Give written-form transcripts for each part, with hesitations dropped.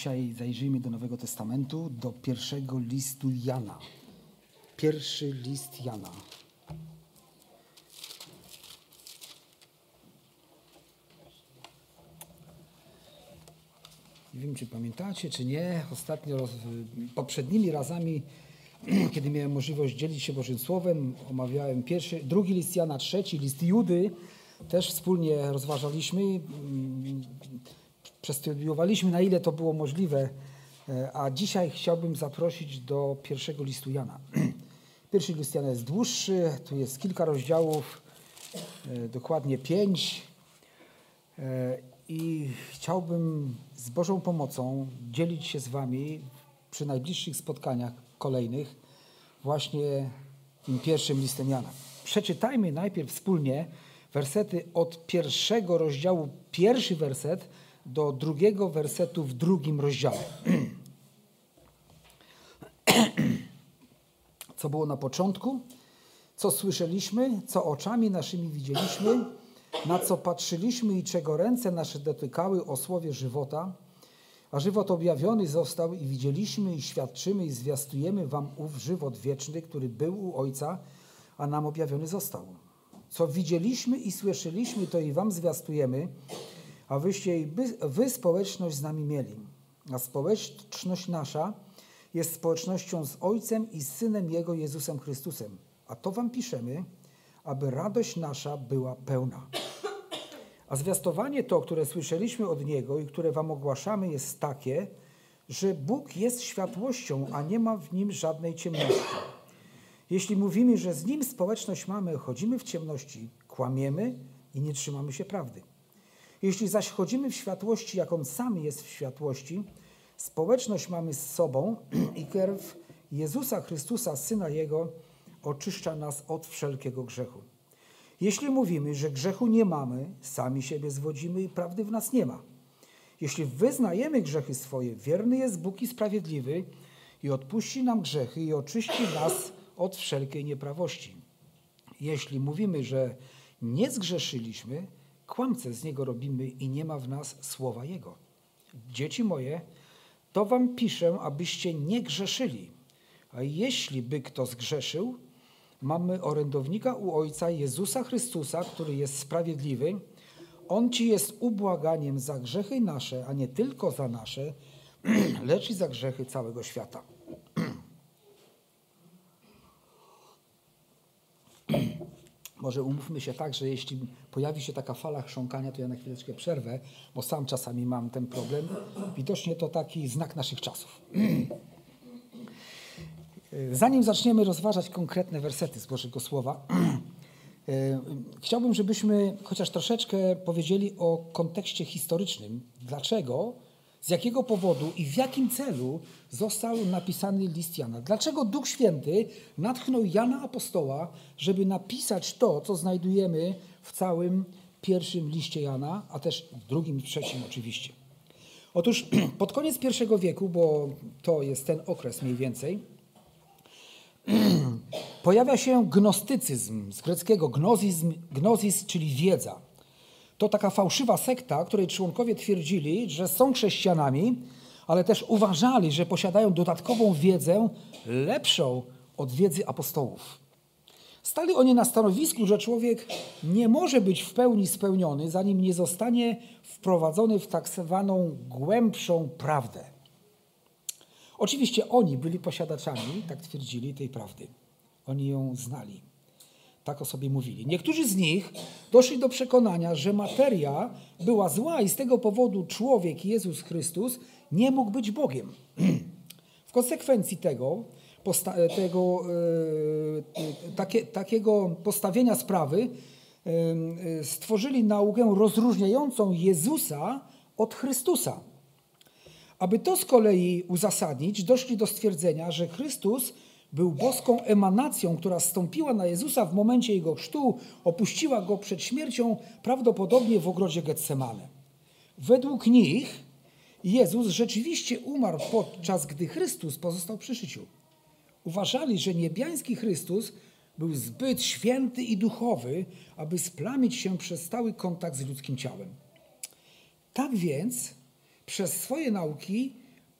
Dzisiaj zajrzyjmy do Nowego Testamentu, do pierwszego listu Jana. Pierwszy list Jana. Nie wiem, czy pamiętacie, czy nie. Ostatnio, poprzednimi razami, kiedy miałem możliwość dzielić się Bożym Słowem, omawiałem drugi list Jana, trzeci list Judy. Też wspólnie rozważaliśmy, przestudiowaliśmy, na ile to było możliwe. A dzisiaj chciałbym zaprosić do pierwszego listu Jana. Pierwszy list Jana jest dłuższy, tu jest kilka rozdziałów, dokładnie 5. I chciałbym z Bożą pomocą dzielić się z wami przy najbliższych spotkaniach kolejnych właśnie tym pierwszym listem Jana. Przeczytajmy najpierw wspólnie wersety od pierwszego rozdziału, pierwszy werset, do drugiego wersetu w drugim rozdziale. Co było na początku, co słyszeliśmy, co oczami naszymi widzieliśmy, na co patrzyliśmy i czego ręce nasze dotykały o słowie żywota, a żywot objawiony został i widzieliśmy i świadczymy i zwiastujemy wam ów żywot wieczny, który był u Ojca, a nam objawiony został. Co widzieliśmy i słyszeliśmy, to i wam zwiastujemy, a wyście i wy społeczność z nami mieli. A społeczność nasza jest społecznością z Ojcem i z Synem Jego, Jezusem Chrystusem. A to wam piszemy, aby radość nasza była pełna. A zwiastowanie to, które słyszeliśmy od Niego i które wam ogłaszamy, jest takie, że Bóg jest światłością, a nie ma w Nim żadnej ciemności. Jeśli mówimy, że z Nim społeczność mamy, chodzimy w ciemności, kłamiemy i nie trzymamy się prawdy. Jeśli zaś chodzimy w światłości, jak On sam jest w światłości, społeczność mamy z sobą i krew Jezusa Chrystusa, Syna Jego, oczyszcza nas od wszelkiego grzechu. Jeśli mówimy, że grzechu nie mamy, sami siebie zwodzimy i prawdy w nas nie ma. Jeśli wyznajemy grzechy swoje, wierny jest Bóg i sprawiedliwy i odpuści nam grzechy i oczyści nas od wszelkiej nieprawości. Jeśli mówimy, że nie zgrzeszyliśmy, kłamcę z Niego robimy i nie ma w nas słowa Jego. Dzieci moje, to wam piszę, abyście nie grzeszyli. A jeśli by kto zgrzeszył, mamy orędownika u Ojca, Jezusa Chrystusa, który jest sprawiedliwy. On ci jest ubłaganiem za grzechy nasze, a nie tylko za nasze, lecz i za grzechy całego świata. Może umówmy się tak, że jeśli pojawi się taka fala chrząkania, to ja na chwileczkę przerwę, bo sam czasami mam ten problem. Widocznie to taki znak naszych czasów. Zanim zaczniemy rozważać konkretne wersety z Bożego Słowa, chciałbym, żebyśmy chociaż troszeczkę powiedzieli o kontekście historycznym. Dlaczego, z jakiego powodu i w jakim celu został napisany list Jana? Dlaczego Duch Święty natchnął Jana Apostoła, żeby napisać to, co znajdujemy w całym pierwszym liście Jana, a też w drugim i trzecim oczywiście. Otóż pod koniec I wieku, bo to jest ten okres mniej więcej, pojawia się gnostycyzm, z greckiego gnozis, czyli wiedza. To taka fałszywa sekta, której członkowie twierdzili, że są chrześcijanami, ale też uważali, że posiadają dodatkową wiedzę lepszą od wiedzy apostołów. Stali oni na stanowisku, że człowiek nie może być w pełni spełniony, zanim nie zostanie wprowadzony w tak zwaną głębszą prawdę. Oczywiście oni byli posiadaczami, tak twierdzili, tej prawdy. Oni ją znali. Tak o sobie mówili. Niektórzy z nich doszli do przekonania, że materia była zła i z tego powodu człowiek, Jezus Chrystus, nie mógł być Bogiem. W konsekwencji takiego postawienia sprawy stworzyli naukę rozróżniającą Jezusa od Chrystusa. Aby to z kolei uzasadnić, doszli do stwierdzenia, że Chrystus był boską emanacją, która zstąpiła na Jezusa w momencie Jego chrztu, opuściła Go przed śmiercią, prawdopodobnie w ogrodzie Getsemane. Według nich Jezus rzeczywiście umarł podczas gdy Chrystus pozostał przy życiu. Uważali, że niebiański Chrystus był zbyt święty i duchowy, aby splamić się przez stały kontakt z ludzkim ciałem. Tak więc przez swoje nauki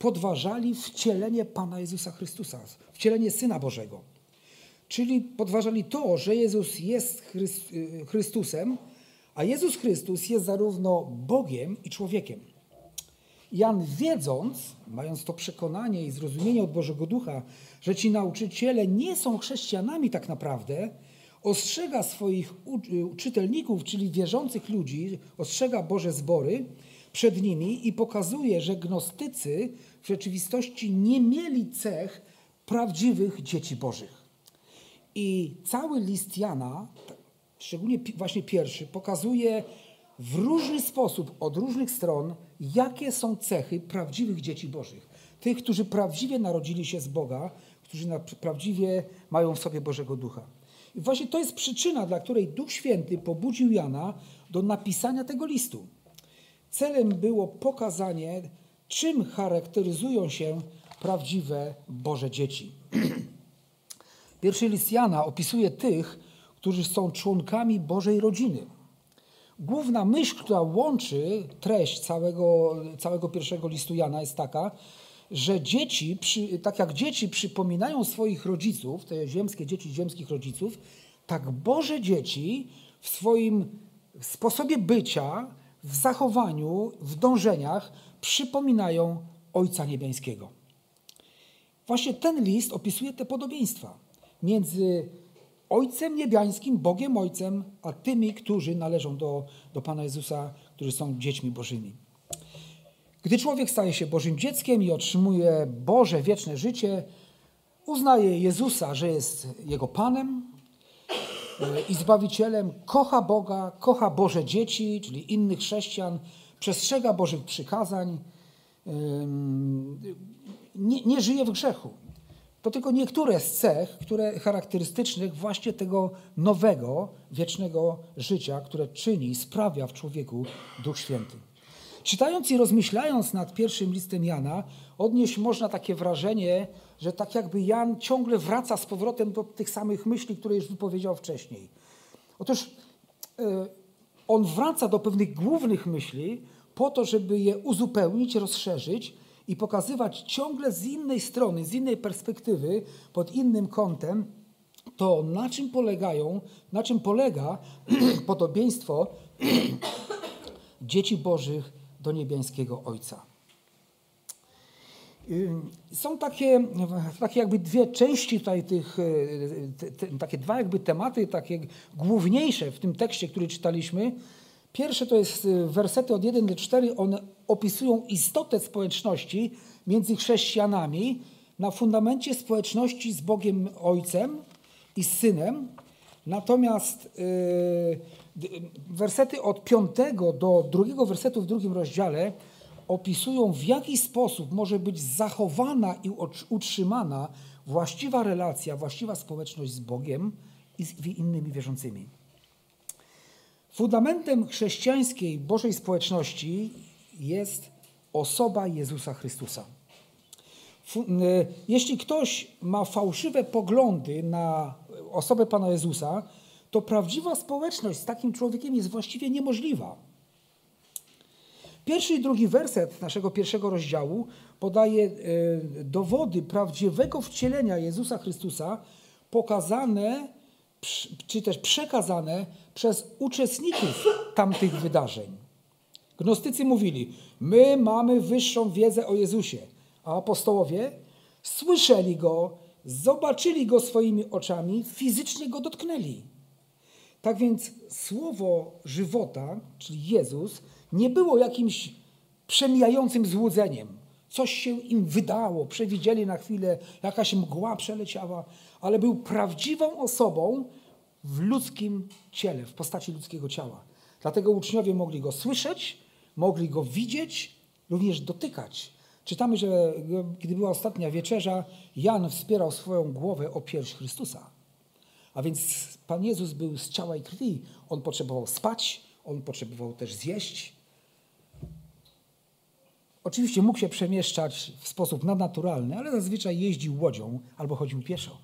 podważali wcielenie Pana Jezusa Chrystusa, wcielenie Syna Bożego. Czyli podważali to, że Jezus jest Chrystusem, a Jezus Chrystus jest zarówno Bogiem i człowiekiem. Jan, wiedząc, mając to przekonanie i zrozumienie od Bożego Ducha, że ci nauczyciele nie są chrześcijanami tak naprawdę, ostrzega swoich czytelników, czyli wierzących ludzi, ostrzega Boże zbory przed nimi i pokazuje, że gnostycy w rzeczywistości nie mieli cech prawdziwych dzieci Bożych. I cały list Jana, szczególnie właśnie pierwszy, pokazuje w różny sposób, od różnych stron, jakie są cechy prawdziwych dzieci Bożych. Tych, którzy prawdziwie narodzili się z Boga, którzy prawdziwie mają w sobie Bożego Ducha. I właśnie to jest przyczyna, dla której Duch Święty pobudził Jana do napisania tego listu. Celem było pokazanie, czym charakteryzują się prawdziwe Boże dzieci. Pierwszy list Jana opisuje tych, którzy są członkami Bożej rodziny. Główna myśl, która łączy treść całego pierwszego listu Jana, jest taka, że dzieci, tak jak dzieci przypominają swoich rodziców, te ziemskie dzieci ziemskich rodziców, tak Boże dzieci w swoim sposobie bycia, w zachowaniu, w dążeniach przypominają Ojca Niebiańskiego. Właśnie ten list opisuje te podobieństwa między Ojcem Niebiańskim, Bogiem Ojcem, a tymi, którzy należą do Pana Jezusa, którzy są dziećmi Bożymi. Gdy człowiek staje się Bożym dzieckiem i otrzymuje Boże wieczne życie, uznaje Jezusa, że jest Jego Panem i Zbawicielem, kocha Boga, kocha Boże dzieci, czyli innych chrześcijan, przestrzega Bożych przykazań, nie żyje w grzechu. To tylko niektóre z cech, które charakterystycznych właśnie tego nowego, wiecznego życia, które czyni, sprawia w człowieku Duch Święty. Czytając i rozmyślając nad pierwszym listem Jana, odnieść można takie wrażenie, że tak jakby Jan ciągle wraca z powrotem do tych samych myśli, które już wypowiedział wcześniej. Otóż on wraca do pewnych głównych myśli po to, żeby je uzupełnić, rozszerzyć i pokazywać ciągle z innej strony, z innej perspektywy, pod innym kątem to, na czym polega podobieństwo dzieci Bożych do niebiańskiego Ojca. Są takie jakby dwie części tutaj takie dwa jakby tematy, takie główniejsze w tym tekście, który czytaliśmy. Pierwsze to jest wersety od 1 do 4, one opisują istotę społeczności między chrześcijanami na fundamencie społeczności z Bogiem Ojcem i z Synem. Natomiast wersety od 5 do 2 wersetu w 2 rozdziale opisują, w jaki sposób może być zachowana i utrzymana właściwa relacja, właściwa społeczność z Bogiem i z innymi wierzącymi. Fundamentem chrześcijańskiej Bożej społeczności jest osoba Jezusa Chrystusa. Jeśli ktoś ma fałszywe poglądy na osobę Pana Jezusa, to prawdziwa społeczność z takim człowiekiem jest właściwie niemożliwa. Pierwszy i drugi werset naszego pierwszego rozdziału podaje dowody prawdziwego wcielenia Jezusa Chrystusa pokazane, czy też przekazane przez uczestników tamtych wydarzeń. Gnostycy mówili, my mamy wyższą wiedzę o Jezusie, a apostołowie słyszeli Go, zobaczyli Go swoimi oczami, fizycznie Go dotknęli. Tak więc słowo żywota, czyli Jezus, nie było jakimś przemijającym złudzeniem. Coś się im wydało, przewidzieli na chwilę, jakaś mgła przeleciała, ale był prawdziwą osobą w ludzkim ciele, w postaci ludzkiego ciała. Dlatego uczniowie mogli Go słyszeć, mogli Go widzieć, również dotykać. Czytamy, że gdy była ostatnia wieczerza, Jan wspierał swoją głowę o pierś Chrystusa. A więc Pan Jezus był z ciała i krwi. On potrzebował spać, on potrzebował też zjeść. Oczywiście mógł się przemieszczać w sposób nadnaturalny, ale zazwyczaj jeździł łodzią albo chodził pieszo.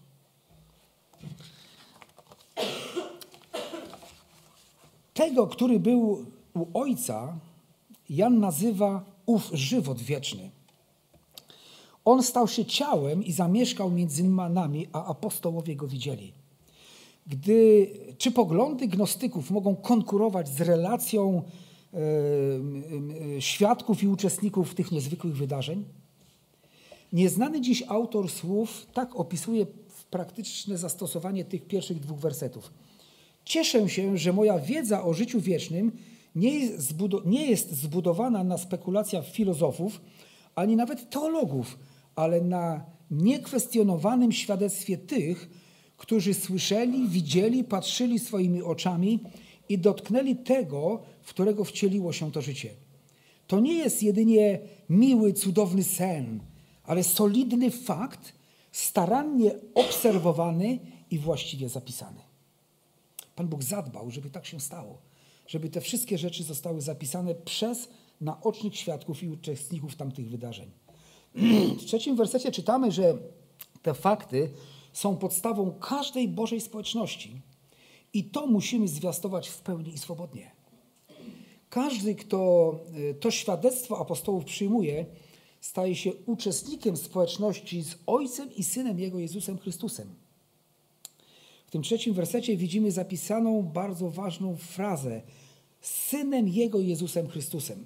Tego, który był u Ojca, Jan nazywa ów żywot wieczny. On stał się ciałem i zamieszkał między nami, a apostołowie go widzieli. Czy poglądy gnostyków mogą konkurować z relacją świadków i uczestników tych niezwykłych wydarzeń? Nieznany dziś autor słów tak opisuje praktyczne zastosowanie tych pierwszych 2 wersetów. Cieszę się, że moja wiedza o życiu wiecznym nie jest zbudowana na spekulacjach filozofów, ani nawet teologów, ale na niekwestionowanym świadectwie tych, którzy słyszeli, widzieli, patrzyli swoimi oczami i dotknęli tego, w którego wcieliło się to życie. To nie jest jedynie miły, cudowny sen, ale solidny fakt, starannie obserwowany i właściwie zapisany. Pan Bóg zadbał, żeby tak się stało, żeby te wszystkie rzeczy zostały zapisane przez naocznych świadków i uczestników tamtych wydarzeń. W 3 wersecie czytamy, że te fakty są podstawą każdej Bożej społeczności i to musimy zwiastować w pełni i swobodnie. Każdy, kto to świadectwo apostołów przyjmuje, staje się uczestnikiem społeczności z Ojcem i Synem Jego, Jezusem Chrystusem. W tym 3 wersecie widzimy zapisaną bardzo ważną frazę: Synem Jego, Jezusem Chrystusem.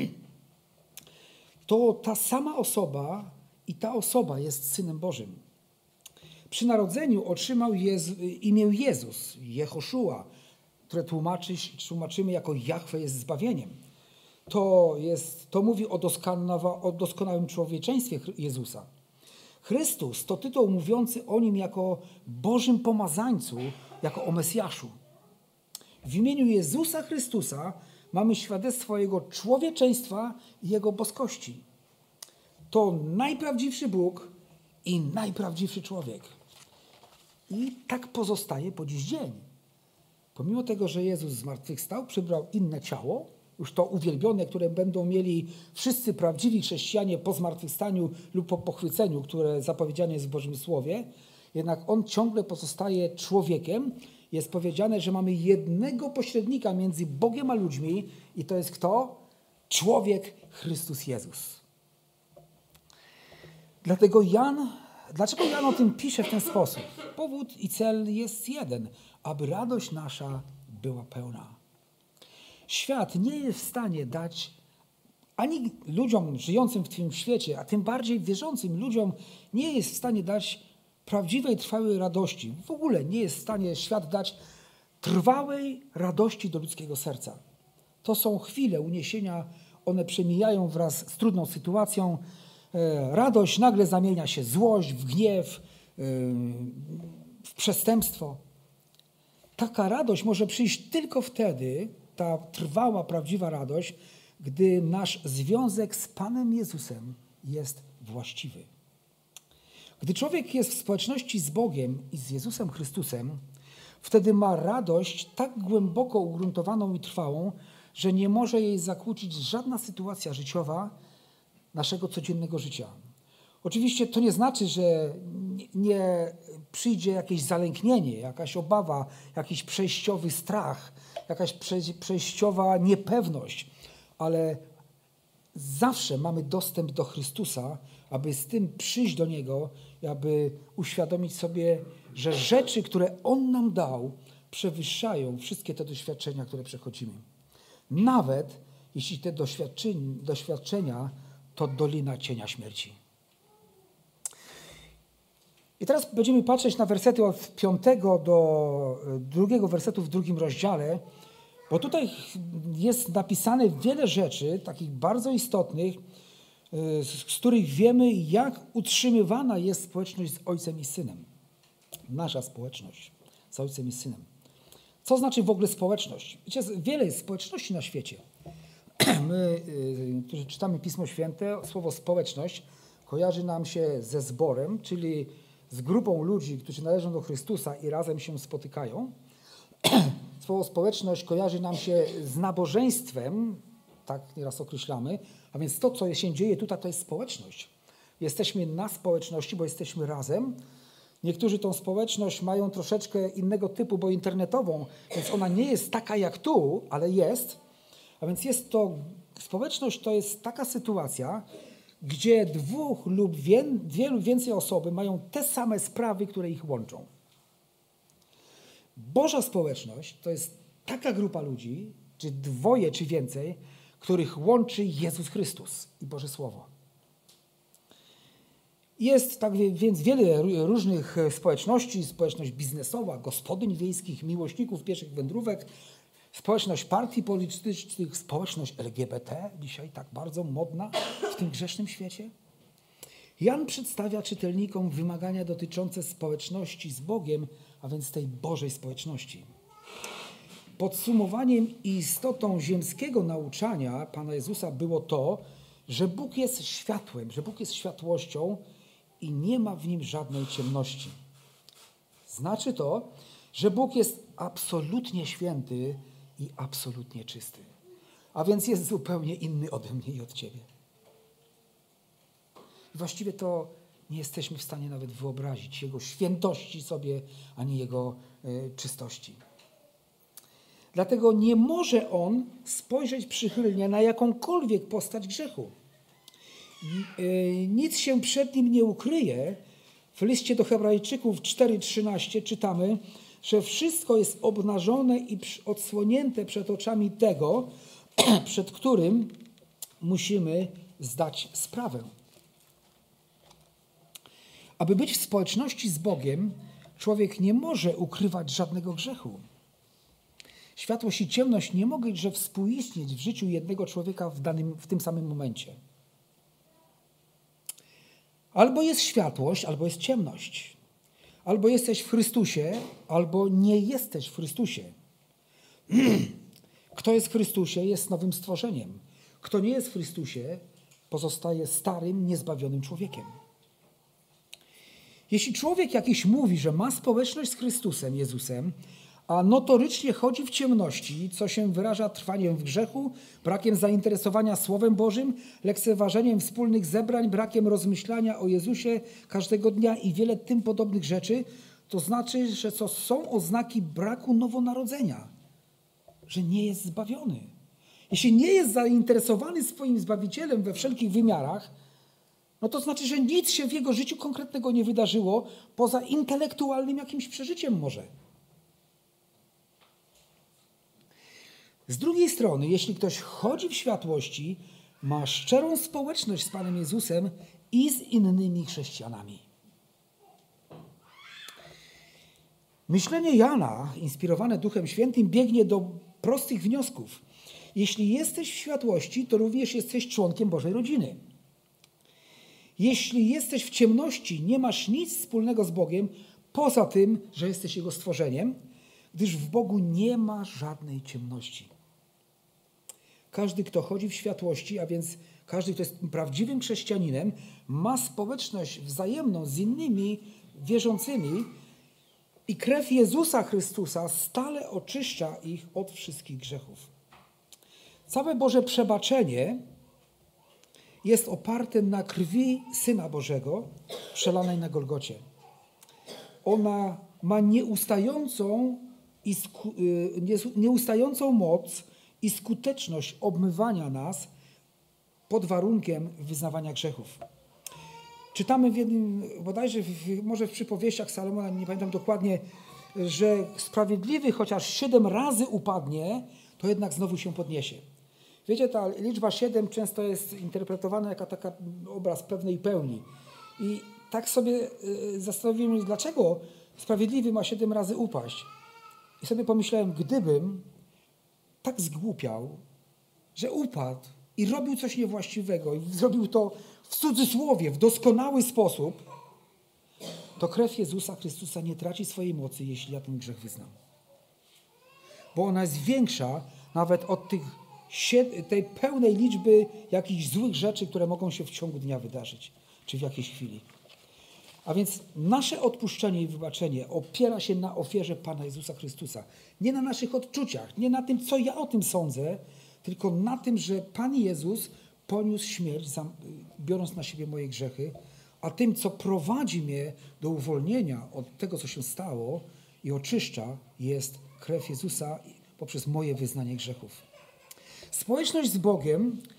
To ta sama osoba i ta osoba jest Synem Bożym. Przy narodzeniu otrzymał imię Jezus, Jehoszua, które tłumaczymy jako Jahwe jest zbawieniem. To mówi o doskonałym człowieczeństwie Jezusa. Chrystus to tytuł mówiący o Nim jako Bożym pomazańcu, jako o Mesjaszu. W imieniu Jezusa Chrystusa mamy świadectwo Jego człowieczeństwa i Jego boskości. To najprawdziwszy Bóg i najprawdziwszy człowiek. I tak pozostaje po dziś dzień. Pomimo tego, że Jezus zmartwychwstał, przybrał inne ciało, już to uwielbione, które będą mieli wszyscy prawdziwi chrześcijanie po zmartwychwstaniu lub po pochwyceniu, które zapowiedziane jest w Bożym Słowie, jednak On ciągle pozostaje człowiekiem. Jest powiedziane, że mamy jednego pośrednika między Bogiem a ludźmi i to jest kto? Człowiek Chrystus Jezus. Dlaczego Jan o tym pisze w ten sposób? Powód i cel jest jeden, aby radość nasza była pełna. Świat nie jest w stanie dać ani ludziom żyjącym w tym świecie, a tym bardziej wierzącym ludziom nie jest w stanie dać prawdziwej, trwałej radości. W ogóle nie jest w stanie świat dać trwałej radości do ludzkiego serca. To są chwile uniesienia, one przemijają wraz z trudną sytuacją. Radość nagle zamienia się w złość, w gniew, w przestępstwo. Taka radość może przyjść tylko wtedy, ta trwała, prawdziwa radość, gdy nasz związek z Panem Jezusem jest właściwy. Gdy człowiek jest w społeczności z Bogiem i z Jezusem Chrystusem, wtedy ma radość tak głęboko ugruntowaną i trwałą, że nie może jej zakłócić żadna sytuacja życiowa naszego codziennego życia. Oczywiście to nie znaczy, że nie przyjdzie jakieś zalęknienie, jakaś obawa, jakiś przejściowy strach, jakaś przejściowa niepewność, ale zawsze mamy dostęp do Chrystusa, aby z tym przyjść do Niego i aby uświadomić sobie, że rzeczy, które On nam dał, przewyższają wszystkie te doświadczenia, które przechodzimy. Nawet jeśli te doświadczenia to dolina cienia śmierci. I teraz będziemy patrzeć na wersety od 5 do 2 wersetu w 2 rozdziale, bo tutaj jest napisane wiele rzeczy, takich bardzo istotnych, z których wiemy, jak utrzymywana jest społeczność z Ojcem i Synem. Nasza społeczność z Ojcem i Synem. Co znaczy w ogóle społeczność? Wiecie, wiele jest społeczności na świecie. My, którzy czytamy Pismo Święte, słowo społeczność kojarzy nam się ze zborem, czyli z grupą ludzi, którzy należą do Chrystusa i razem się spotykają. Słowo społeczność kojarzy nam się z nabożeństwem, tak nieraz określamy, a więc to, co się dzieje tutaj, to jest społeczność. Jesteśmy na społeczności, bo jesteśmy razem. Niektórzy tą społeczność mają troszeczkę innego typu, bo internetową, więc ona nie jest taka jak tu, ale jest. A więc społeczność to jest taka sytuacja, gdzie dwóch lub dwie lub więcej osoby mają te same sprawy, które ich łączą. Boża społeczność to jest taka grupa ludzi, czy dwoje, czy więcej, których łączy Jezus Chrystus i Boże Słowo. Jest tak więc wiele różnych społeczności, społeczność biznesowa, gospodyń wiejskich, miłośników pieszych wędrówek, społeczność partii politycznych, społeczność LGBT, dzisiaj tak bardzo modna w tym grzesznym świecie. Jan przedstawia czytelnikom wymagania dotyczące społeczności z Bogiem, a więc tej Bożej społeczności. Podsumowaniem i istotą ziemskiego nauczania Pana Jezusa było to, że Bóg jest światłem, że Bóg jest światłością i nie ma w nim żadnej ciemności. Znaczy to, że Bóg jest absolutnie święty i absolutnie czysty. A więc jest zupełnie inny ode mnie i od ciebie. I właściwie to nie jesteśmy w stanie nawet wyobrazić Jego świętości sobie, ani Jego czystości. Dlatego nie może On spojrzeć przychylnie na jakąkolwiek postać grzechu. Nic się przed Nim nie ukryje. W liście do Hebrajczyków 4:13 czytamy, że wszystko jest obnażone i odsłonięte przed oczami tego, przed którym musimy zdać sprawę. Aby być w społeczności z Bogiem, człowiek nie może ukrywać żadnego grzechu. Światłość i ciemność nie mogą współistnieć w życiu jednego człowieka w tym samym momencie. Albo jest światłość, albo jest ciemność. Albo jesteś w Chrystusie, albo nie jesteś w Chrystusie. Kto jest w Chrystusie, jest nowym stworzeniem. Kto nie jest w Chrystusie, pozostaje starym, niezbawionym człowiekiem. Jeśli człowiek jakiś mówi, że ma społeczność z Chrystusem, Jezusem, a notorycznie chodzi w ciemności, co się wyraża trwaniem w grzechu, brakiem zainteresowania Słowem Bożym, lekceważeniem wspólnych zebrań, brakiem rozmyślania o Jezusie każdego dnia i wiele tym podobnych rzeczy, to znaczy, że to są oznaki braku nowonarodzenia, że nie jest zbawiony. Jeśli nie jest zainteresowany swoim Zbawicielem we wszelkich wymiarach, no to znaczy, że nic się w jego życiu konkretnego nie wydarzyło, poza intelektualnym jakimś przeżyciem może. Z drugiej strony, jeśli ktoś chodzi w światłości, ma szczerą społeczność z Panem Jezusem i z innymi chrześcijanami. Myślenie Jana, inspirowane Duchem Świętym, biegnie do prostych wniosków. Jeśli jesteś w światłości, to również jesteś członkiem Bożej rodziny. Jeśli jesteś w ciemności, nie masz nic wspólnego z Bogiem, poza tym, że jesteś Jego stworzeniem, gdyż w Bogu nie ma żadnej ciemności. Każdy, kto chodzi w światłości, a więc każdy, kto jest prawdziwym chrześcijaninem, ma społeczność wzajemną z innymi wierzącymi i krew Jezusa Chrystusa stale oczyszcza ich od wszystkich grzechów. Całe Boże przebaczenie jest oparte na krwi Syna Bożego przelanej na Golgocie. Ona ma nieustającą moc i skuteczność obmywania nas pod warunkiem wyznawania grzechów. Czytamy w jednym, bodajże może w przypowieściach Salomona, nie pamiętam dokładnie, że sprawiedliwy chociaż 7 razy upadnie, to jednak znowu się podniesie. Wiecie, ta liczba 7 często jest interpretowana jako taki obraz pewnej pełni. I tak sobie zastanowiłem się, dlaczego sprawiedliwy ma 7 razy upaść. I sobie pomyślałem, gdybym tak zgłupiał, że upadł i robił coś niewłaściwego i zrobił to w cudzysłowie, w doskonały sposób, to krew Jezusa Chrystusa nie traci swojej mocy, jeśli ja ten grzech wyznam. Bo ona jest większa nawet od tej pełnej liczby jakichś złych rzeczy, które mogą się w ciągu dnia wydarzyć, czy w jakiejś chwili. A więc nasze odpuszczenie i wybaczenie opiera się na ofierze Pana Jezusa Chrystusa. Nie na naszych odczuciach, nie na tym, co ja o tym sądzę, tylko na tym, że Pan Jezus poniósł śmierć, biorąc na siebie moje grzechy, a tym, co prowadzi mnie do uwolnienia od tego, co się stało i oczyszcza, jest krew Jezusa poprzez moje wyznanie grzechów. Społeczność z Bogiem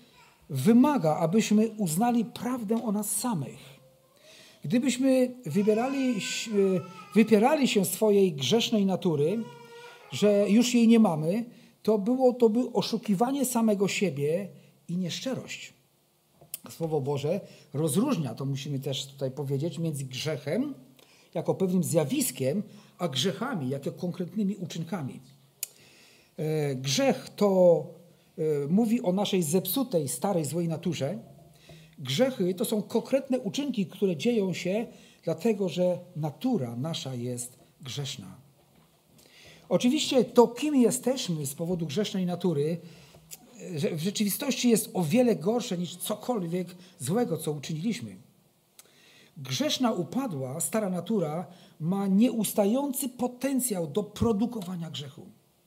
wymaga, abyśmy uznali prawdę o nas samych. Gdybyśmy wypierali się swojej grzesznej natury, że już jej nie mamy, to by oszukiwanie samego siebie i nieszczerość. Słowo Boże rozróżnia, to musimy też tutaj powiedzieć, między grzechem jako pewnym zjawiskiem, a grzechami jako konkretnymi uczynkami. Grzech to mówi o naszej zepsutej, starej, złej naturze. Grzechy to są konkretne uczynki, które dzieją się dlatego, że natura nasza jest grzeszna. Oczywiście to, kim jesteśmy z powodu grzesznej natury, w rzeczywistości jest o wiele gorsze niż cokolwiek złego, co uczyniliśmy. Grzeszna, upadła, stara natura ma nieustający potencjał do produkowania grzechu.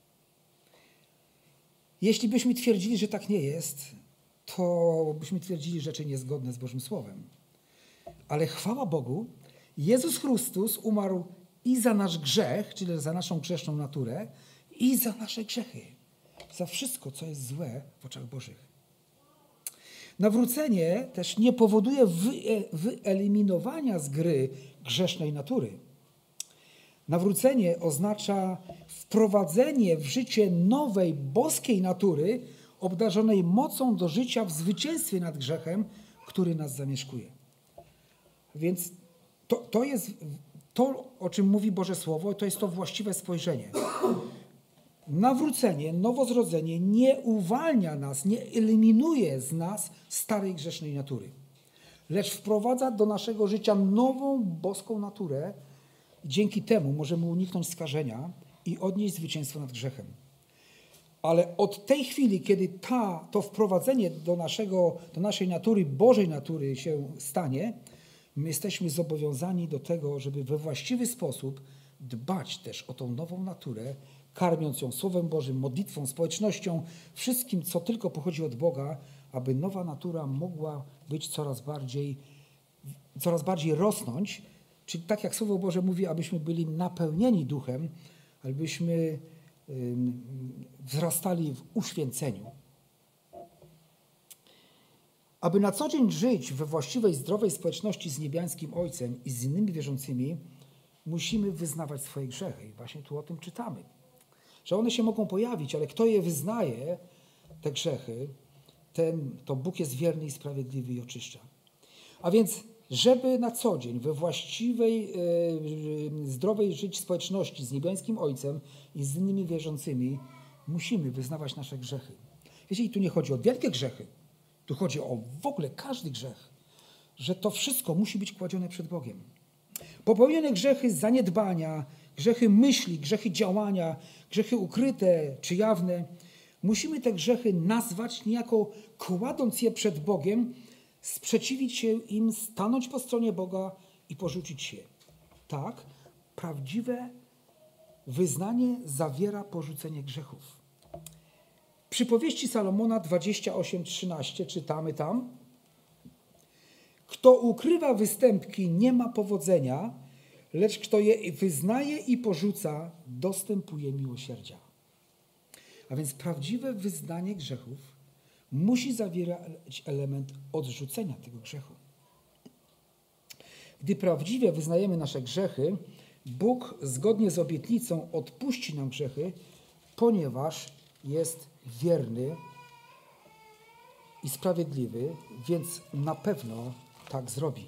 Jeśli byśmy twierdzili, że tak nie jest, to byśmy twierdzili rzeczy niezgodne z Bożym Słowem. Ale chwała Bogu, Jezus Chrystus umarł i za nasz grzech, czyli za naszą grzeszną naturę, i za nasze grzechy. Za wszystko, co jest złe w oczach Bożych. Nawrócenie też nie powoduje wyeliminowania z gry grzesznej natury. Nawrócenie oznacza wprowadzenie w życie nowej, boskiej natury, obdarzonej mocą do życia w zwycięstwie nad grzechem, który nas zamieszkuje. Więc to jest to, o czym mówi Boże Słowo, to jest to właściwe spojrzenie. Nawrócenie, nowozrodzenie nie uwalnia nas, nie eliminuje z nas starej grzesznej natury, lecz wprowadza do naszego życia nową, boską naturę. Dzięki temu możemy uniknąć skażenia i odnieść zwycięstwo nad grzechem. Ale od tej chwili, kiedy to wprowadzenie do naszej natury, Bożej natury się stanie, my jesteśmy zobowiązani do tego, żeby we właściwy sposób dbać też o tą nową naturę, karmiąc ją Słowem Bożym, modlitwą, społecznością, wszystkim, co tylko pochodzi od Boga, aby nowa natura mogła być coraz bardziej rosnąć, czyli tak jak Słowo Boże mówi, abyśmy byli napełnieni duchem, abyśmy wzrastali w uświęceniu. Aby na co dzień żyć we właściwej, zdrowej społeczności z niebiańskim Ojcem i z innymi wierzącymi, musimy wyznawać swoje grzechy. I właśnie tu o tym czytamy. Że one się mogą pojawić, ale kto je wyznaje, te grzechy, to Bóg jest wierny i sprawiedliwy i oczyszcza. A więc, żeby na co dzień we właściwej, zdrowej żyć społeczności z niebiańskim Ojcem i z innymi wierzącymi, musimy wyznawać nasze grzechy. Wiecie, i tu nie chodzi o wielkie grzechy, tu chodzi o w ogóle każdy grzech, że to wszystko musi być kładzione przed Bogiem. Popełnione grzechy zaniedbania, grzechy myśli, grzechy działania, grzechy ukryte czy jawne, musimy te grzechy nazwać niejako kładąc je przed Bogiem, sprzeciwić się im, stanąć po stronie Boga i porzucić je. Tak, prawdziwe wyznanie zawiera porzucenie grzechów. W przypowieści Salomona 28:13 czytamy tam: kto ukrywa występki, nie ma powodzenia, lecz kto je wyznaje i porzuca, dostępuje miłosierdzia. A więc prawdziwe wyznanie grzechów musi zawierać element odrzucenia tego grzechu. Gdy prawdziwie wyznajemy nasze grzechy, Bóg zgodnie z obietnicą odpuści nam grzechy, ponieważ jest wierny i sprawiedliwy, więc na pewno tak zrobi.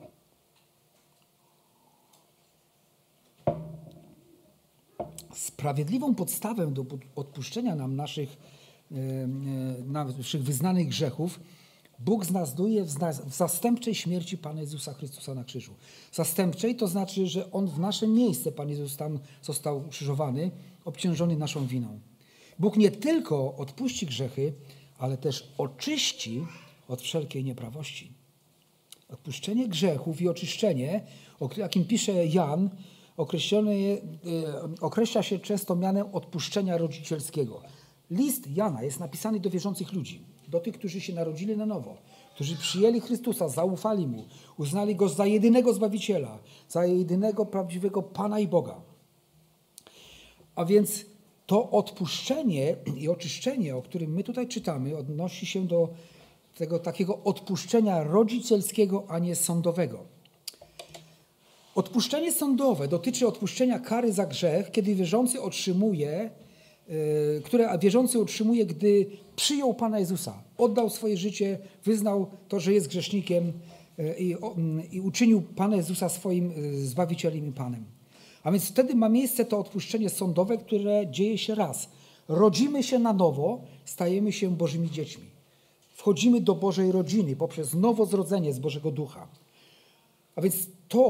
Sprawiedliwą podstawę do odpuszczenia nam naszych wyznanych grzechów Bóg znajduje w zastępczej śmierci Pana Jezusa Chrystusa na krzyżu. Zastępczej to znaczy, że On w nasze miejsce, Pan Jezus tam został ukrzyżowany, obciążony naszą winą. Bóg nie tylko odpuści grzechy, ale też oczyści od wszelkiej nieprawości. Odpuszczenie grzechów i oczyszczenie, o jakim pisze Jan, określa się często mianem odpuszczenia rodzicielskiego. List Jana jest napisany do wierzących ludzi, do tych, którzy się narodzili na nowo, którzy przyjęli Chrystusa, zaufali Mu, uznali Go za jedynego Zbawiciela, za jedynego prawdziwego Pana i Boga. A więc to odpuszczenie i oczyszczenie, o którym my tutaj czytamy, odnosi się do tego takiego odpuszczenia rodzicielskiego, a nie sądowego. Odpuszczenie sądowe dotyczy odpuszczenia kary za grzech, kiedy wierzący otrzymuje, które wierzący otrzymuje, gdy przyjął Pana Jezusa, oddał swoje życie, wyznał to, że jest grzesznikiem i uczynił Pana Jezusa swoim Zbawicielem i Panem. A więc wtedy ma miejsce to odpuszczenie sądowe, które dzieje się raz. Rodzimy się na nowo, stajemy się Bożymi dziećmi. Wchodzimy do Bożej rodziny poprzez nowozrodzenie z Bożego Ducha. A więc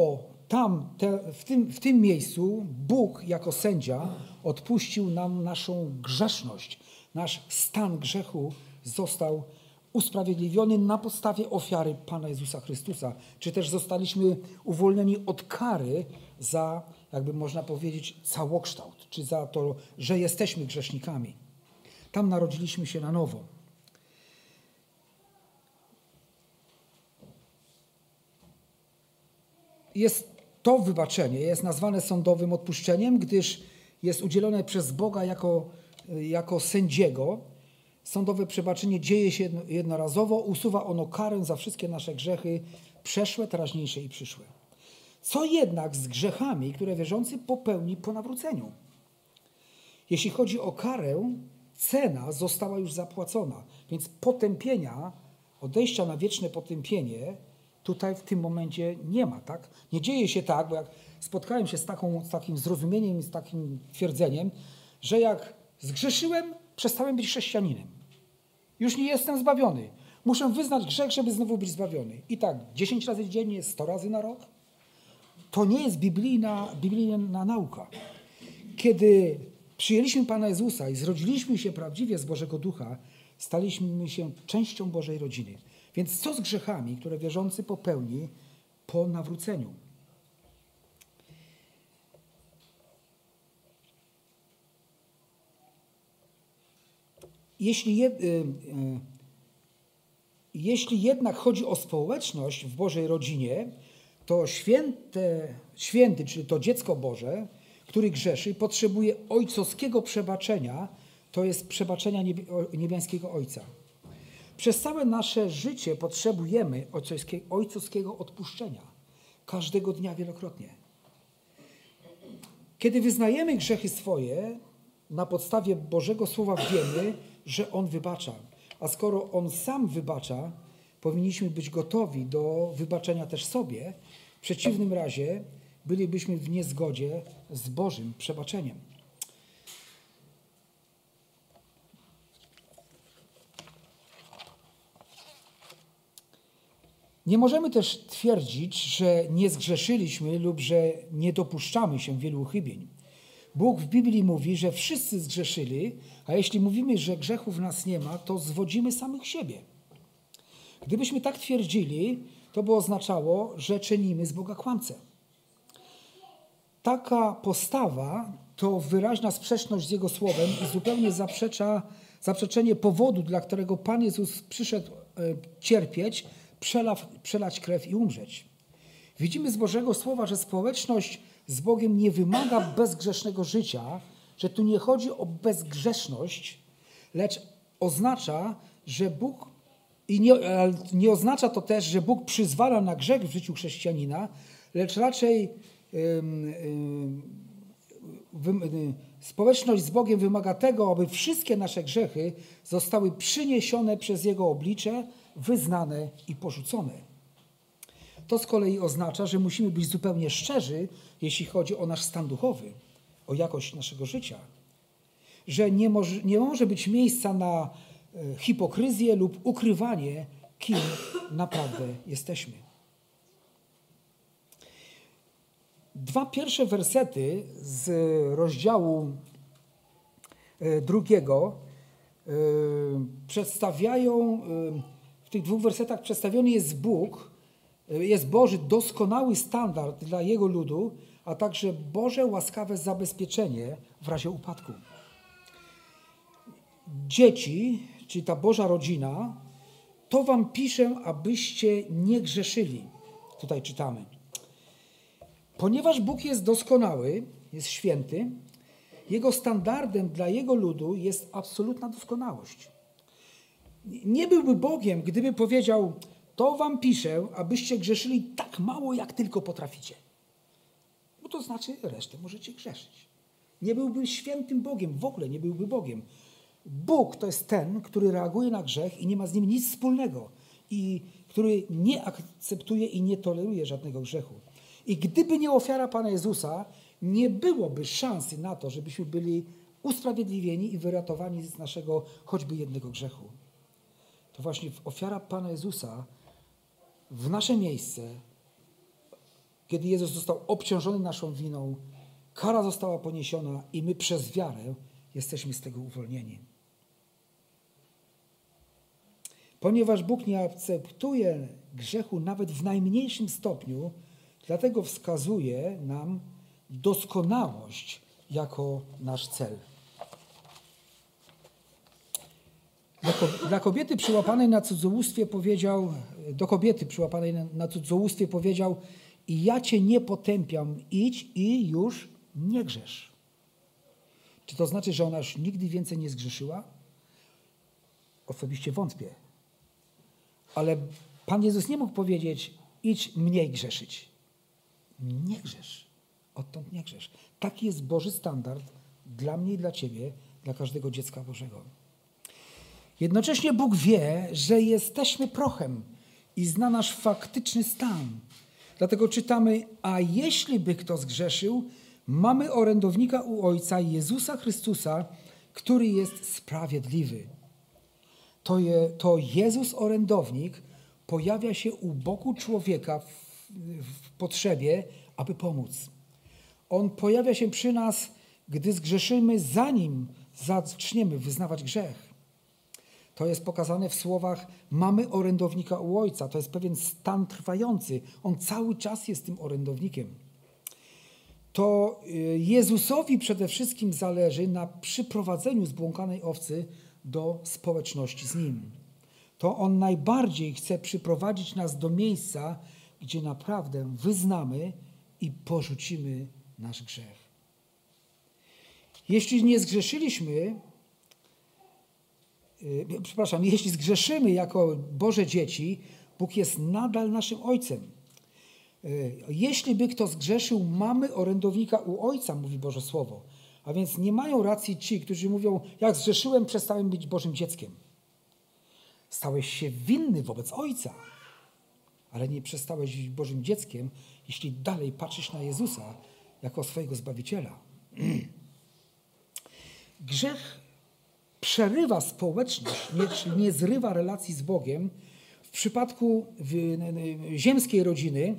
w tym miejscu Bóg jako sędzia odpuścił nam naszą grzeszność. Nasz stan grzechu został usprawiedliwiony na podstawie ofiary Pana Jezusa Chrystusa. Czy też zostaliśmy uwolnieni od kary za, jakby można powiedzieć, całokształt, czy za to, że jesteśmy grzesznikami. Tam narodziliśmy się na nowo. To wybaczenie jest nazwane sądowym odpuszczeniem, gdyż jest udzielone przez Boga jako sędziego. Sądowe przebaczenie dzieje się jednorazowo, usuwa ono karę za wszystkie nasze grzechy przeszłe, teraźniejsze i przyszłe. Co jednak z grzechami, które wierzący popełni po nawróceniu? Jeśli chodzi o karę, cena została już zapłacona, więc potępienia, odejścia na wieczne potępienie tutaj w tym momencie nie ma, tak? Nie dzieje się tak, bo jak spotkałem się z takim zrozumieniem i z takim twierdzeniem, że jak zgrzeszyłem, przestałem być chrześcijaninem. Już nie jestem zbawiony. Muszę wyznać grzech, żeby znowu być zbawiony. I tak 10 razy dziennie, 100 razy na rok. To nie jest biblijna nauka. Kiedy przyjęliśmy Pana Jezusa i zrodziliśmy się prawdziwie z Bożego Ducha, staliśmy się częścią Bożej rodziny. Więc co z grzechami, które wierzący popełni po nawróceniu? Jeśli jednak chodzi o społeczność w Bożej rodzinie, to święty, czyli to dziecko Boże, który grzeszy, potrzebuje ojcowskiego przebaczenia, to jest przebaczenia niebiańskiego Ojca. Przez całe nasze życie potrzebujemy ojcowskiego odpuszczenia. Każdego dnia wielokrotnie. Kiedy wyznajemy grzechy swoje, na podstawie Bożego Słowa wiemy, że On wybacza. A skoro On sam wybacza, powinniśmy być gotowi do wybaczenia też sobie. W przeciwnym razie bylibyśmy w niezgodzie z Bożym przebaczeniem. Nie możemy też twierdzić, że nie zgrzeszyliśmy lub że nie dopuszczamy się wielu uchybień. Bóg w Biblii mówi, że wszyscy zgrzeszyli, a jeśli mówimy, że grzechu w nas nie ma, to zwodzimy samych siebie. Gdybyśmy tak twierdzili, to by oznaczało, że czynimy z Boga kłamcę. Taka postawa to wyraźna sprzeczność z Jego Słowem i zupełnie zaprzeczenie powodu, dla którego Pan Jezus przyszedł cierpieć, przelać krew i umrzeć. Widzimy z Bożego Słowa, że społeczność z Bogiem nie wymaga bezgrzesznego życia, że tu nie chodzi o bezgrzeszność, lecz oznacza, że Bóg, nie oznacza to też, że Bóg przyzwala na grzech w życiu chrześcijanina, lecz raczej społeczność z Bogiem wymaga tego, aby wszystkie nasze grzechy zostały przyniesione przez Jego oblicze, wyznane i porzucone. To z kolei oznacza, że musimy być zupełnie szczerzy, jeśli chodzi o nasz stan duchowy, o jakość naszego życia. Że nie może być miejsca na hipokryzję lub ukrywanie, kim naprawdę jesteśmy. 2 pierwsze wersety z rozdziału 2 przedstawiają, w tych 2 wersetach przedstawiony jest Bóg, jest Boży doskonały standard dla Jego ludu, a także Boże łaskawe zabezpieczenie w razie upadku. Dzieci, czyli ta Boża rodzina, to wam piszę, abyście nie grzeszyli. Tutaj czytamy. Ponieważ Bóg jest doskonały, jest święty, Jego standardem dla Jego ludu jest absolutna doskonałość. Nie byłby Bogiem, gdyby powiedział: to wam piszę, abyście grzeszyli tak mało, jak tylko potraficie. Bo to znaczy, resztę możecie grzeszyć. Nie byłby świętym Bogiem, w ogóle nie byłby Bogiem. Bóg to jest ten, który reaguje na grzech i nie ma z nim nic wspólnego. I który nie akceptuje i nie toleruje żadnego grzechu. I gdyby nie ofiara Pana Jezusa, nie byłoby szansy na to, żebyśmy byli usprawiedliwieni i wyratowani z naszego choćby jednego grzechu. To właśnie ofiara Pana Jezusa w nasze miejsce, kiedy Jezus został obciążony naszą winą, kara została poniesiona i my przez wiarę jesteśmy z tego uwolnieni. Ponieważ Bóg nie akceptuje grzechu nawet w najmniejszym stopniu, dlatego wskazuje nam doskonałość jako nasz cel. Do kobiety przyłapanej na cudzołóstwie powiedział: i ja cię nie potępiam, idź i już nie grzesz. Czy to znaczy, że ona już nigdy więcej nie zgrzeszyła? Osobiście wątpię. Ale Pan Jezus nie mógł powiedzieć: idź mniej grzeszyć. Nie grzesz. Odtąd nie grzesz. Taki jest Boży standard dla mnie i dla ciebie, dla każdego dziecka Bożego. Jednocześnie Bóg wie, że jesteśmy prochem i zna nasz faktyczny stan. Dlatego czytamy: a jeśli by kto zgrzeszył, mamy orędownika u Ojca, Jezusa Chrystusa, który jest sprawiedliwy. To Jezus orędownik pojawia się u boku człowieka w potrzebie, aby pomóc. On pojawia się przy nas, gdy zgrzeszymy, zanim zaczniemy wyznawać grzech. To jest pokazane w słowach: mamy orędownika u Ojca. To jest pewien stan trwający. On cały czas jest tym orędownikiem. To Jezusowi przede wszystkim zależy na przyprowadzeniu zbłąkanej owcy do społeczności z Nim. To On najbardziej chce przyprowadzić nas do miejsca, gdzie naprawdę wyznamy i porzucimy nasz grzech. Jeśli zgrzeszymy jako Boże dzieci, Bóg jest nadal naszym Ojcem. Jeśli by kto zgrzeszył, mamy orędownika u Ojca, mówi Boże Słowo. A więc nie mają racji ci, którzy mówią: jak zgrzeszyłem, przestałem być Bożym dzieckiem. Stałeś się winny wobec Ojca, ale nie przestałeś być Bożym dzieckiem, jeśli dalej patrzysz na Jezusa jako swojego Zbawiciela. Grzech przerywa społeczność, nie zrywa relacji z Bogiem. W przypadku ziemskiej rodziny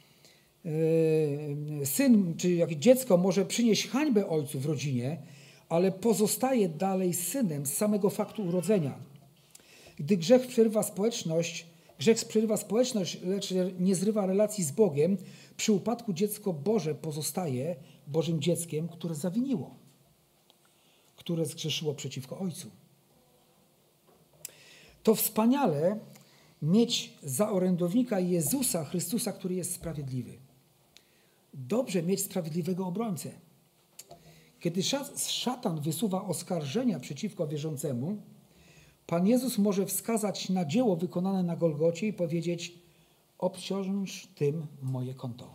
syn czy jakieś dziecko może przynieść hańbę ojcu w rodzinie, ale pozostaje dalej synem z samego faktu urodzenia. Gdy grzech przerywa społeczność, lecz nie zrywa relacji z Bogiem, przy upadku dziecko Boże pozostaje Bożym dzieckiem, które zawiniło, które zgrzeszyło przeciwko Ojcu. To wspaniale mieć za orędownika Jezusa Chrystusa, który jest sprawiedliwy. Dobrze mieć sprawiedliwego obrońcę. Kiedy szatan wysuwa oskarżenia przeciwko wierzącemu, Pan Jezus może wskazać na dzieło wykonane na Golgocie i powiedzieć: obciąż tym moje konto.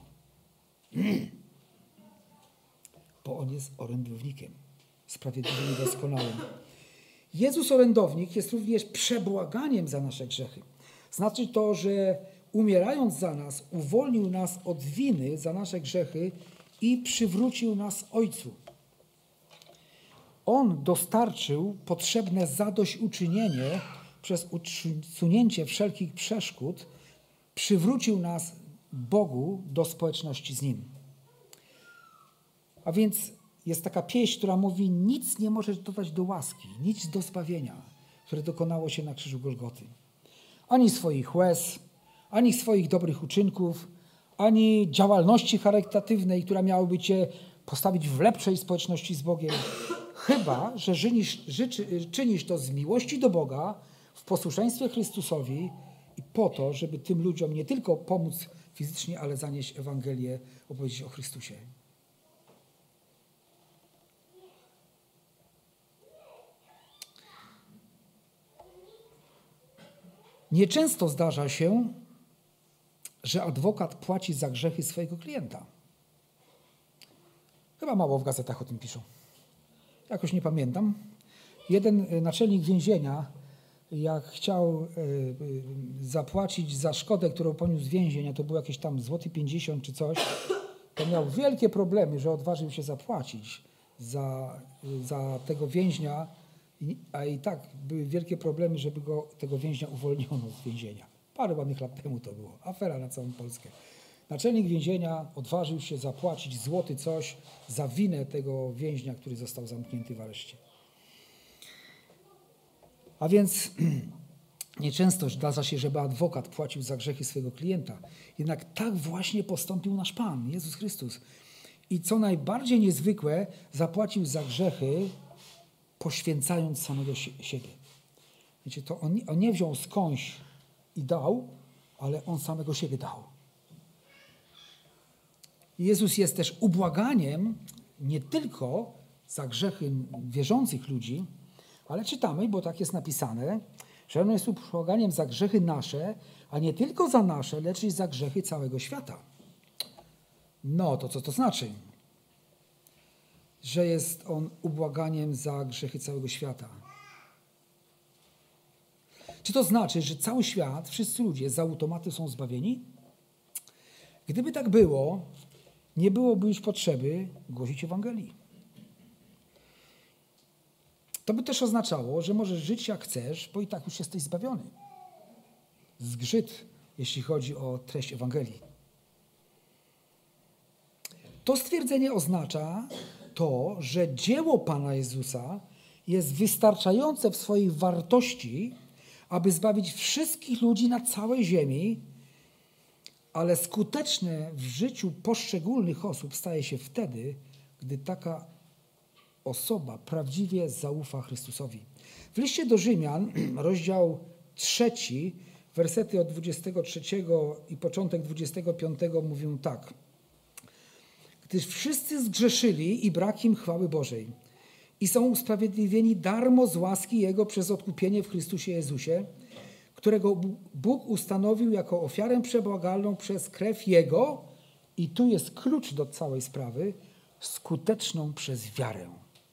Bo On jest orędownikiem, sprawiedliwym i doskonałym. Jezus orędownik jest również przebłaganiem za nasze grzechy. Znaczy to, że umierając za nas, uwolnił nas od winy za nasze grzechy i przywrócił nas Ojcu. On dostarczył potrzebne zadośćuczynienie przez usunięcie wszelkich przeszkód, przywrócił nas Bogu do społeczności z Nim. A więc jest taka pieśń, która mówi: nic nie możesz dodać do łaski, nic do zbawienia, które dokonało się na krzyżu Golgoty. Ani swoich łez, ani swoich dobrych uczynków, ani działalności charytatywnej, która miałaby cię postawić w lepszej społeczności z Bogiem. Chyba że czynisz to z miłości do Boga, w posłuszeństwie Chrystusowi i po to, żeby tym ludziom nie tylko pomóc fizycznie, ale zanieść Ewangelię, opowiedzieć o Chrystusie. Nieczęsto zdarza się, że adwokat płaci za grzechy swojego klienta. Chyba mało w gazetach o tym piszą. Jakoś nie pamiętam. Jeden naczelnik więzienia, jak chciał zapłacić za szkodę, którą poniósł z więzienia, to było jakieś tam złoty 50 czy coś, to miał wielkie problemy, że odważył się zapłacić za tego więźnia, a i tak były wielkie problemy, żeby tego więźnia uwolniono z więzienia. Parę ładnych lat temu to było. Afera na całą Polskę. Naczelnik więzienia odważył się zapłacić złoty coś za winę tego więźnia, który został zamknięty w areszcie. A więc nieczęsto zdarza się, żeby adwokat płacił za grzechy swojego klienta. Jednak tak właśnie postąpił nasz Pan, Jezus Chrystus. I co najbardziej niezwykłe, zapłacił za grzechy, poświęcając samego siebie. Wiecie, to on nie wziął skądś i dał, ale on samego siebie dał. Jezus jest też ubłaganiem nie tylko za grzechy wierzących ludzi, ale czytamy, bo tak jest napisane, że on jest ubłaganiem za grzechy nasze, a nie tylko za nasze, lecz i za grzechy całego świata. No, to co to znaczy? Że jest on ubłaganiem za grzechy całego świata. Czy to znaczy, że cały świat, wszyscy ludzie z automatu są zbawieni? Gdyby tak było, nie byłoby już potrzeby głosić Ewangelii. To by też oznaczało, że możesz żyć jak chcesz, bo i tak już jesteś zbawiony. Zgrzyt, jeśli chodzi o treść Ewangelii. To stwierdzenie oznacza to, że dzieło Pana Jezusa jest wystarczające w swojej wartości, aby zbawić wszystkich ludzi na całej ziemi, ale skuteczne w życiu poszczególnych osób staje się wtedy, gdy taka osoba prawdziwie zaufa Chrystusowi. W liście do Rzymian, rozdział 3, wersety od 23 i początek 25 mówią tak. Gdyż wszyscy zgrzeszyli i brak im chwały Bożej i są usprawiedliwieni darmo z łaski Jego przez odkupienie w Chrystusie Jezusie, którego Bóg ustanowił jako ofiarę przebłagalną przez krew Jego, i tu jest klucz do całej sprawy, skuteczną przez wiarę.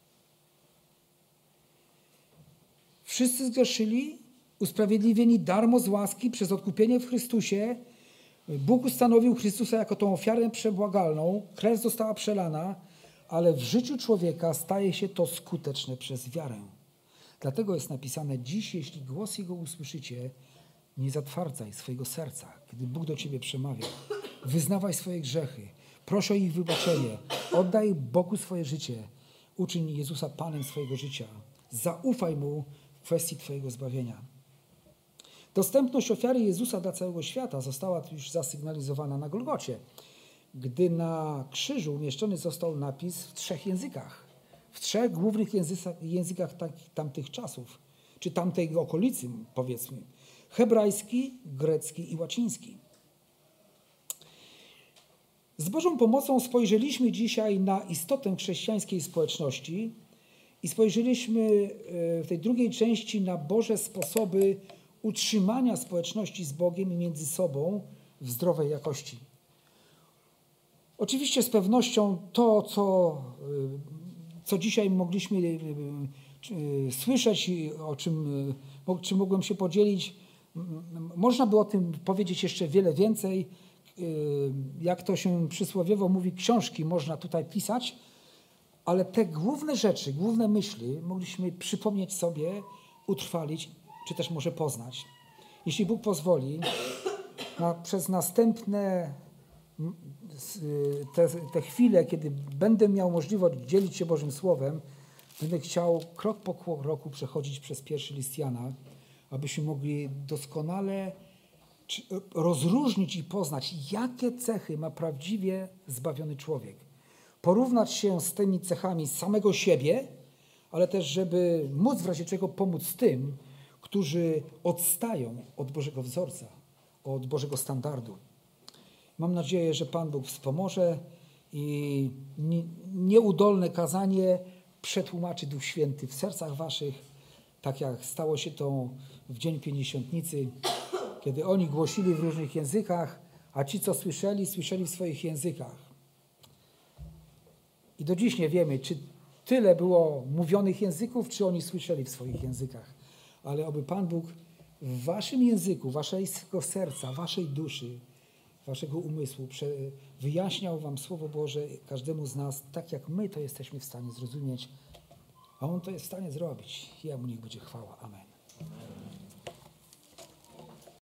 Wszyscy zgrzeszyli, usprawiedliwieni darmo z łaski przez odkupienie w Chrystusie. Bóg ustanowił Chrystusa jako tą ofiarę przebłagalną, krew została przelana, ale w życiu człowieka staje się to skuteczne przez wiarę. Dlatego jest napisane: dziś, jeśli głos Jego usłyszycie, nie zatwardzaj swojego serca, kiedy Bóg do ciebie przemawia. Wyznawaj swoje grzechy, proś o ich wybaczenie, oddaj Bogu swoje życie, uczyń Jezusa Panem swojego życia, zaufaj Mu w kwestii twojego zbawienia. Dostępność ofiary Jezusa dla całego świata została już zasygnalizowana na Golgocie, gdy na krzyżu umieszczony został napis w 3 językach. W 3 głównych językach tamtych czasów, czy tamtej okolicy, powiedzmy. Hebrajski, grecki i łaciński. Z Bożą pomocą spojrzeliśmy dzisiaj na istotę chrześcijańskiej społeczności i spojrzeliśmy w tej drugiej części na Boże sposoby utrzymania społeczności z Bogiem i między sobą w zdrowej jakości. Oczywiście z pewnością to, co dzisiaj mogliśmy słyszeć, o czym mogłem się podzielić, można by o tym powiedzieć jeszcze wiele więcej. Jak to się przysłowiowo mówi, książki można tutaj pisać, ale te główne rzeczy, główne myśli mogliśmy przypomnieć sobie, utrwalić, czy też może poznać. Jeśli Bóg pozwoli, przez następne te chwile, kiedy będę miał możliwość dzielić się Bożym Słowem, będę chciał krok po kroku przechodzić przez pierwszy list Jana, abyśmy mogli doskonale rozróżnić i poznać, jakie cechy ma prawdziwie zbawiony człowiek. Porównać się z tymi cechami samego siebie, ale też, żeby móc w razie czego pomóc tym, którzy odstają od Bożego wzorca, od Bożego standardu. Mam nadzieję, że Pan Bóg wspomoże i nieudolne kazanie przetłumaczy Duch Święty w sercach waszych, tak jak stało się to w Dzień Pięćdziesiątnicy. Kiedy oni głosili w różnych językach, a ci, co słyszeli, słyszeli w swoich językach. I do dziś nie wiemy, czy tyle było mówionych języków, czy oni słyszeli w swoich językach. Ale oby Pan Bóg w waszym języku, waszego serca, waszej duszy, waszego umysłu wyjaśniał wam Słowo Boże każdemu z nas, tak jak my to jesteśmy w stanie zrozumieć, a On to jest w stanie zrobić. Jemu niech będzie chwała. Amen.